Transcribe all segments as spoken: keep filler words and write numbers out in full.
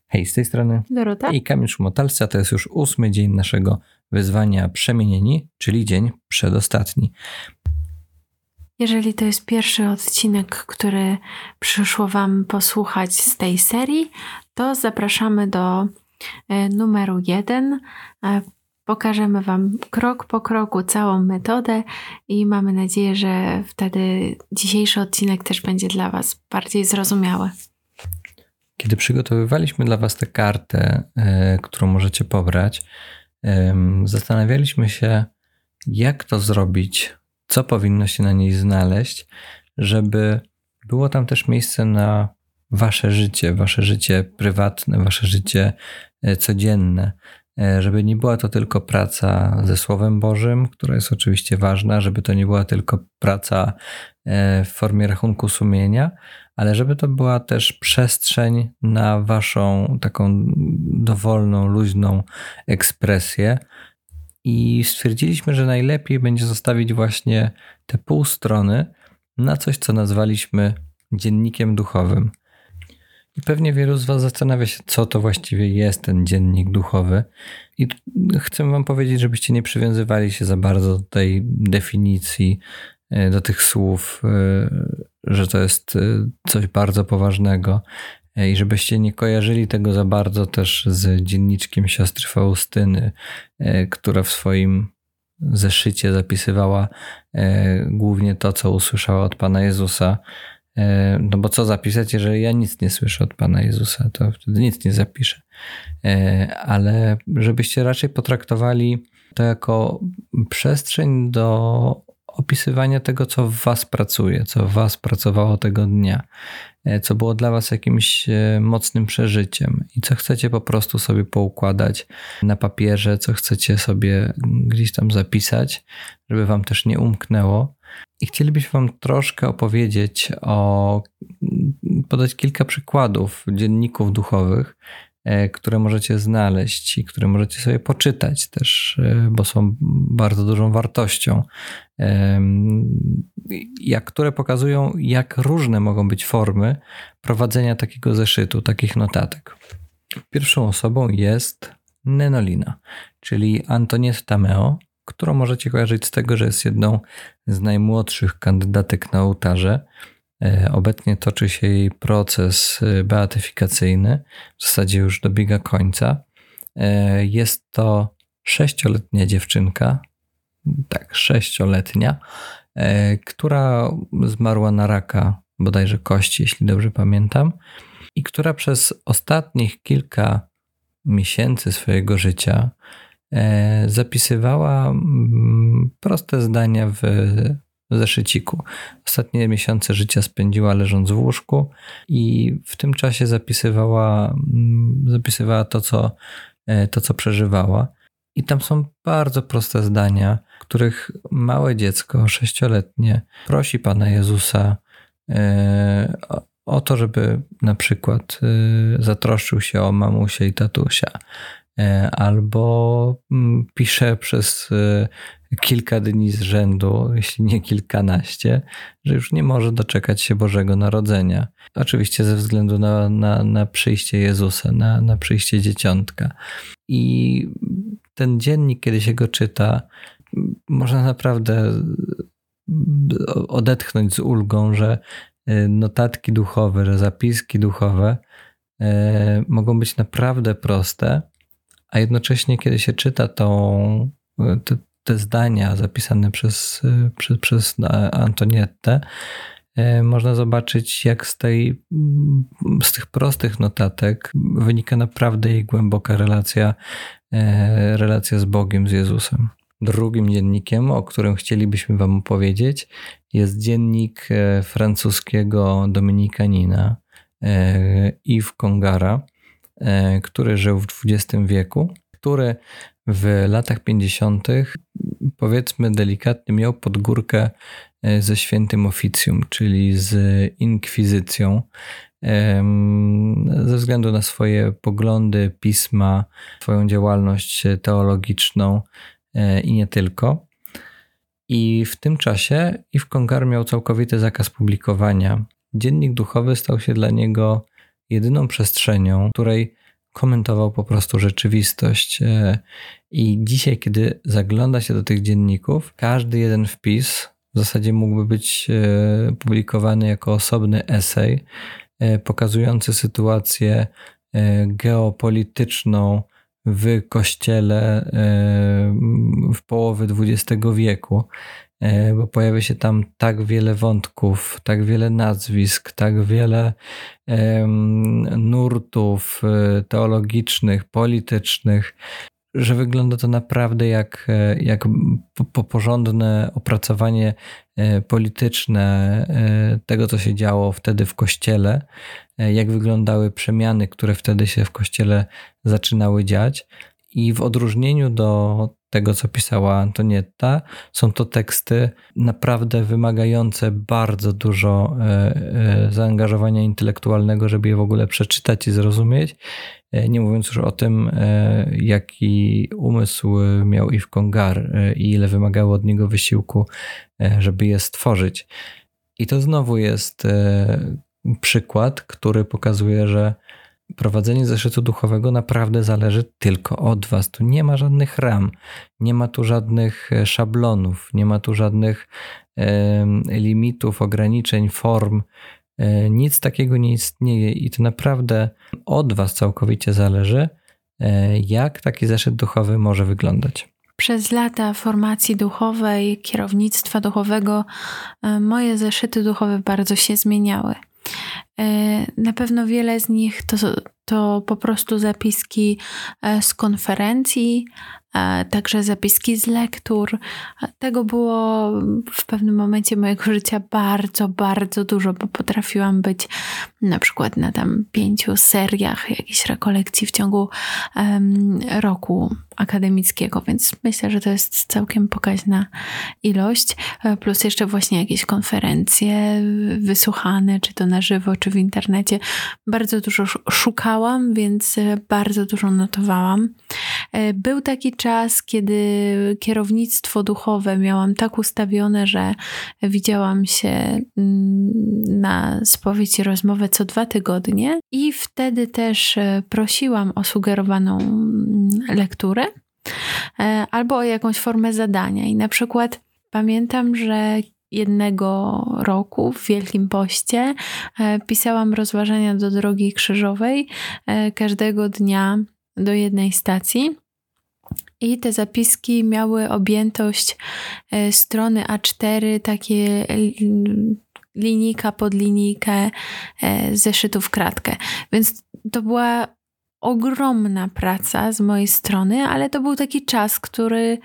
Hej, z tej strony Dorota i Kamil Szmotalca. To jest już ósmy dzień naszego wyzwania Przemienieni, czyli dzień przedostatni. Jeżeli to jest pierwszy odcinek, który przyszło Wam posłuchać z tej serii, to zapraszamy do numeru jeden. Pokażemy Wam krok po kroku całą metodę i mamy nadzieję, że wtedy dzisiejszy odcinek też będzie dla Was bardziej zrozumiały. Kiedy przygotowywaliśmy dla Was tę kartę, y, którą możecie pobrać, y, zastanawialiśmy się, jak to zrobić, co powinno się na niej znaleźć, żeby było tam też miejsce na Wasze życie, Wasze życie prywatne, Wasze życie y, codzienne. Żeby nie była to tylko praca ze Słowem Bożym, która jest oczywiście ważna, żeby to nie była tylko praca w formie rachunku sumienia, ale żeby to była też przestrzeń na waszą taką dowolną, luźną ekspresję. I stwierdziliśmy, że najlepiej będzie zostawić właśnie te pół strony na coś, co nazwaliśmy dziennikiem duchowym. I pewnie wielu z was zastanawia się, co to właściwie jest ten dziennik duchowy. I chcę wam powiedzieć, żebyście nie przywiązywali się za bardzo do tej definicji, do tych słów, że to jest coś bardzo poważnego i żebyście nie kojarzyli tego za bardzo też z dzienniczkiem siostry Faustyny, która w swoim zeszycie zapisywała głównie to, co usłyszała od Pana Jezusa. No bo co zapisać, jeżeli ja nic nie słyszę od Pana Jezusa, to wtedy nic nie zapiszę. Ale żebyście raczej potraktowali to jako przestrzeń do opisywania tego, co w was pracuje, co w was pracowało tego dnia, co było dla was jakimś mocnym przeżyciem i co chcecie po prostu sobie poukładać na papierze, co chcecie sobie gdzieś tam zapisać, żeby wam też nie umknęło. I chcielibyśmy wam troszkę opowiedzieć o, podać kilka przykładów dzienników duchowych, które możecie znaleźć i które możecie sobie poczytać też, bo są bardzo dużą wartością, jak, które pokazują, jak różne mogą być formy prowadzenia takiego zeszytu, takich notatek. Pierwszą osobą jest Nenolina, czyli Antonietta Meo, którą możecie kojarzyć z tego, że jest jedną z najmłodszych kandydatek na ołtarze. Obecnie toczy się jej proces beatyfikacyjny, w zasadzie już dobiega końca. Jest to sześcioletnia dziewczynka, tak, sześcioletnia, która zmarła na raka bodajże kości, jeśli dobrze pamiętam, i która przez ostatnich kilka miesięcy swojego życia zapisywała proste zdania w zeszyciku. Ostatnie miesiące życia spędziła leżąc w łóżku i w tym czasie zapisywała, zapisywała to, co, to, co przeżywała. I tam są bardzo proste zdania, w których małe dziecko, sześcioletnie, prosi Pana Jezusa o, o to, żeby na przykład zatroszczył się o mamusię i tatusia. Albo pisze przez kilka dni z rzędu, jeśli nie kilkanaście, że już nie może doczekać się Bożego Narodzenia. Oczywiście ze względu na, na, na przyjście Jezusa, na, na przyjście dzieciątka. I ten dziennik, kiedy się go czyta, można naprawdę odetchnąć z ulgą, że notatki duchowe, że zapiski duchowe mogą być naprawdę proste, a jednocześnie, kiedy się czyta tą, te, te zdania zapisane przez, przez, przez Antonietę, można zobaczyć, jak z, tej, z tych prostych notatek wynika naprawdę jej głęboka relacja, relacja z Bogiem, z Jezusem. Drugim dziennikiem, o którym chcielibyśmy wam opowiedzieć, jest dziennik francuskiego dominikanina Yves Congar'a, który żył w dwudziestym wieku, który w latach pięćdziesiątych, powiedzmy delikatnie, miał podgórkę ze świętym oficjum, czyli z inkwizycją, ze względu na swoje poglądy, pisma, swoją działalność teologiczną i nie tylko. I w tym czasie Yves Congar miał całkowity zakaz publikowania. Dziennik duchowy stał się dla niego jedyną przestrzenią, w której komentował po prostu rzeczywistość. I dzisiaj, kiedy zagląda się do tych dzienników, każdy jeden wpis w zasadzie mógłby być publikowany jako osobny esej pokazujący sytuację geopolityczną w Kościele w połowie dwudziestego wieku, bo pojawia się tam tak wiele wątków, tak wiele nazwisk, tak wiele nurtów teologicznych, politycznych, że wygląda to naprawdę jak, jak porządne opracowanie polityczne tego, co się działo wtedy w Kościele, jak wyglądały przemiany, które wtedy się w Kościele zaczynały dziać. I w odróżnieniu do tego, co pisała Antonietta, są to teksty naprawdę wymagające bardzo dużo zaangażowania intelektualnego, żeby je w ogóle przeczytać i zrozumieć. Nie mówiąc już o tym, jaki umysł miał Yves Congar i ile wymagało od niego wysiłku, żeby je stworzyć. I to znowu jest przykład, który pokazuje, że prowadzenie zeszytu duchowego naprawdę zależy tylko od was. Tu nie ma żadnych ram, nie ma tu żadnych szablonów, nie ma tu żadnych limitów, ograniczeń, form. Nic takiego nie istnieje i to naprawdę od was całkowicie zależy, jak taki zeszyt duchowy może wyglądać. Przez lata formacji duchowej, kierownictwa duchowego, moje zeszyty duchowe bardzo się zmieniały. Na pewno wiele z nich to, to po prostu zapiski z konferencji, także zapiski z lektur. Tego było w pewnym momencie mojego życia bardzo, bardzo dużo, bo potrafiłam być na przykład na tam pięciu seriach jakichś rekolekcji w ciągu um, roku akademickiego, więc myślę, że to jest całkiem pokaźna ilość, plus jeszcze właśnie jakieś konferencje wysłuchane, czy to na żywo, czy w internecie. Bardzo dużo szukałam, więc bardzo dużo notowałam. Był taki czas, kiedy kierownictwo duchowe miałam tak ustawione, że widziałam się na spowiedź i rozmowę co dwa tygodnie i wtedy też prosiłam o sugerowaną lekturę albo o jakąś formę zadania. I na przykład pamiętam, że jednego roku w Wielkim Poście pisałam rozważania do Drogi Krzyżowej każdego dnia do jednej stacji. I te zapiski miały objętość strony A cztery, takie linijka pod linijkę zeszytu w kratkę. Więc to była ogromna praca z mojej strony, ale to był taki czas, który,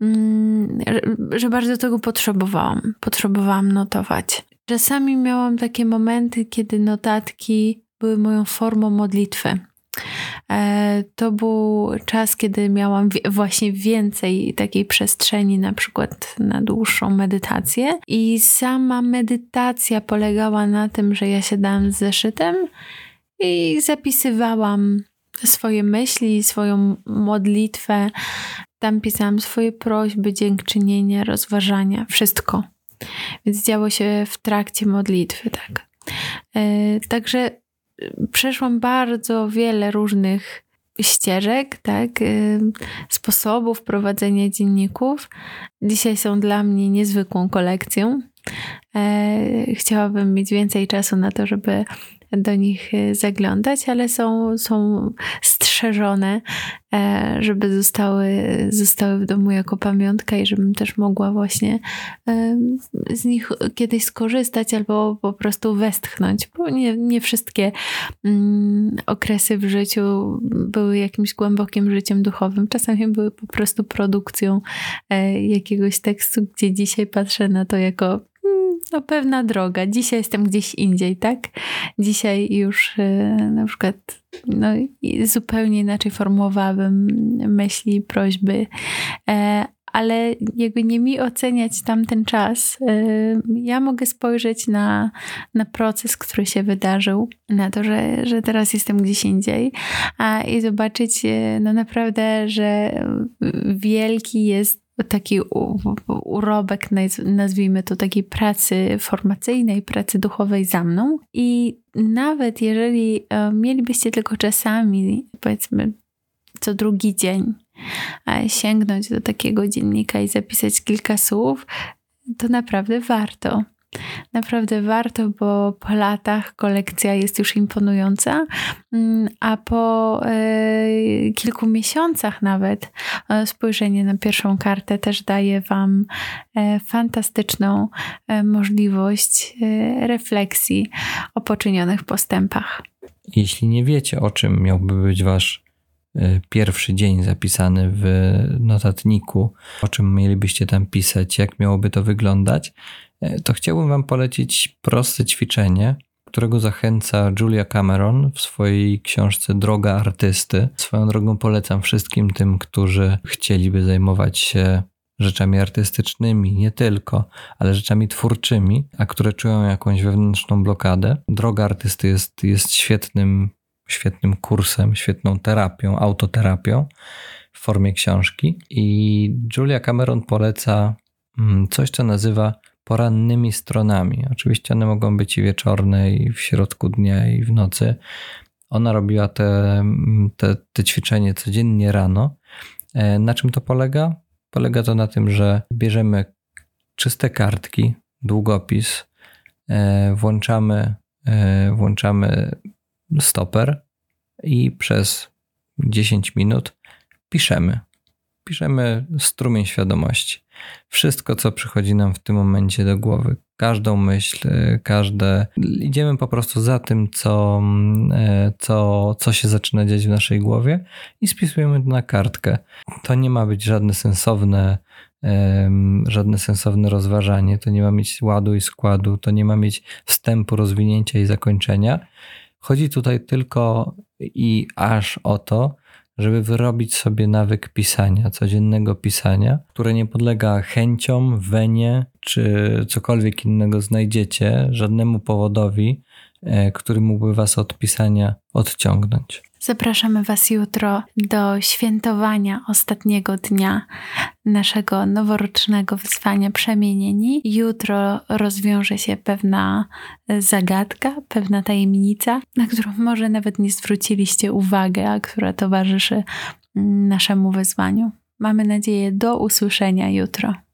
że bardzo tego potrzebowałam. Potrzebowałam notować. Czasami miałam takie momenty, kiedy notatki były moją formą modlitwy. To był czas, kiedy miałam właśnie więcej takiej przestrzeni, na przykład na dłuższą medytację. I sama medytacja polegała na tym, że ja siadałam z zeszytem i zapisywałam swoje myśli, swoją modlitwę. Tam pisałam swoje prośby, dziękczynienia, rozważania, wszystko. Więc działo się w trakcie modlitwy, tak. Także przeszłam bardzo wiele różnych ścieżek, tak, sposobów prowadzenia dzienników. Dzisiaj są dla mnie niezwykłą kolekcją. Chciałabym mieć więcej czasu na to, żeby do nich zaglądać, ale są, są strzeżone, żeby zostały, zostały w domu jako pamiątka i żebym też mogła właśnie z nich kiedyś skorzystać albo po prostu westchnąć, bo nie, nie wszystkie mm, okresy w życiu były jakimś głębokim życiem duchowym. Czasami były po prostu produkcją jakiegoś tekstu, gdzie dzisiaj patrzę na to jako no pewna droga. Dzisiaj jestem gdzieś indziej, tak? Dzisiaj już na przykład no, zupełnie inaczej formułowałabym myśli, prośby, ale jakby nie mi oceniać tamten czas. Ja mogę spojrzeć na, na proces, który się wydarzył, na to, że, że teraz jestem gdzieś indziej a, i zobaczyć no naprawdę, że wielki jest taki urobek, nazwijmy to, takiej pracy formacyjnej, pracy duchowej za mną. I nawet jeżeli mielibyście tylko czasami, powiedzmy, co drugi dzień sięgnąć do takiego dziennika i zapisać kilka słów, to naprawdę warto. Naprawdę warto, bo po latach kolekcja jest już imponująca, a po e, kilku miesiącach nawet e, spojrzenie na pierwszą kartę też daje wam e, fantastyczną e, możliwość e, refleksji o poczynionych postępach. Jeśli nie wiecie, o czym miałby być wasz e, pierwszy dzień zapisany w notatniku, o czym mielibyście tam pisać, jak miałoby to wyglądać, to chciałbym wam polecić proste ćwiczenie, którego zachęca Julia Cameron w swojej książce Droga artysty. Swoją drogą polecam wszystkim tym, którzy chcieliby zajmować się rzeczami artystycznymi, nie tylko, ale rzeczami twórczymi, a które czują jakąś wewnętrzną blokadę. Droga artysty jest, jest świetnym, świetnym kursem, świetną terapią, autoterapią w formie książki. I Julia Cameron poleca coś, co nazywa porannymi stronami. Oczywiście one mogą być i wieczorne, i w środku dnia, i w nocy. Ona robiła te, te, te ćwiczenie codziennie rano. Na czym to polega? Polega to na tym, że bierzemy czyste kartki, długopis, włączamy, włączamy stoper i przez dziesięć minut piszemy. Piszemy strumień świadomości. Wszystko, co przychodzi nam w tym momencie do głowy. Każdą myśl, każde... Idziemy po prostu za tym, co, co, co się zaczyna dziać w naszej głowie i spisujemy to na kartkę. To nie ma być żadne sensowne, żadne sensowne rozważanie. To nie ma mieć ładu i składu. To nie ma mieć wstępu, rozwinięcia i zakończenia. Chodzi tutaj tylko i aż o to, żeby wyrobić sobie nawyk pisania, codziennego pisania, które nie podlega chęciom, wenie czy cokolwiek innego znajdziecie, żadnemu powodowi, który mógłby was od pisania odciągnąć. Zapraszamy was jutro do świętowania ostatniego dnia naszego noworocznego wyzwania Przemienieni. Jutro rozwiąże się pewna zagadka, pewna tajemnica, na którą może nawet nie zwróciliście uwagi, a która towarzyszy naszemu wyzwaniu. Mamy nadzieję do usłyszenia jutro.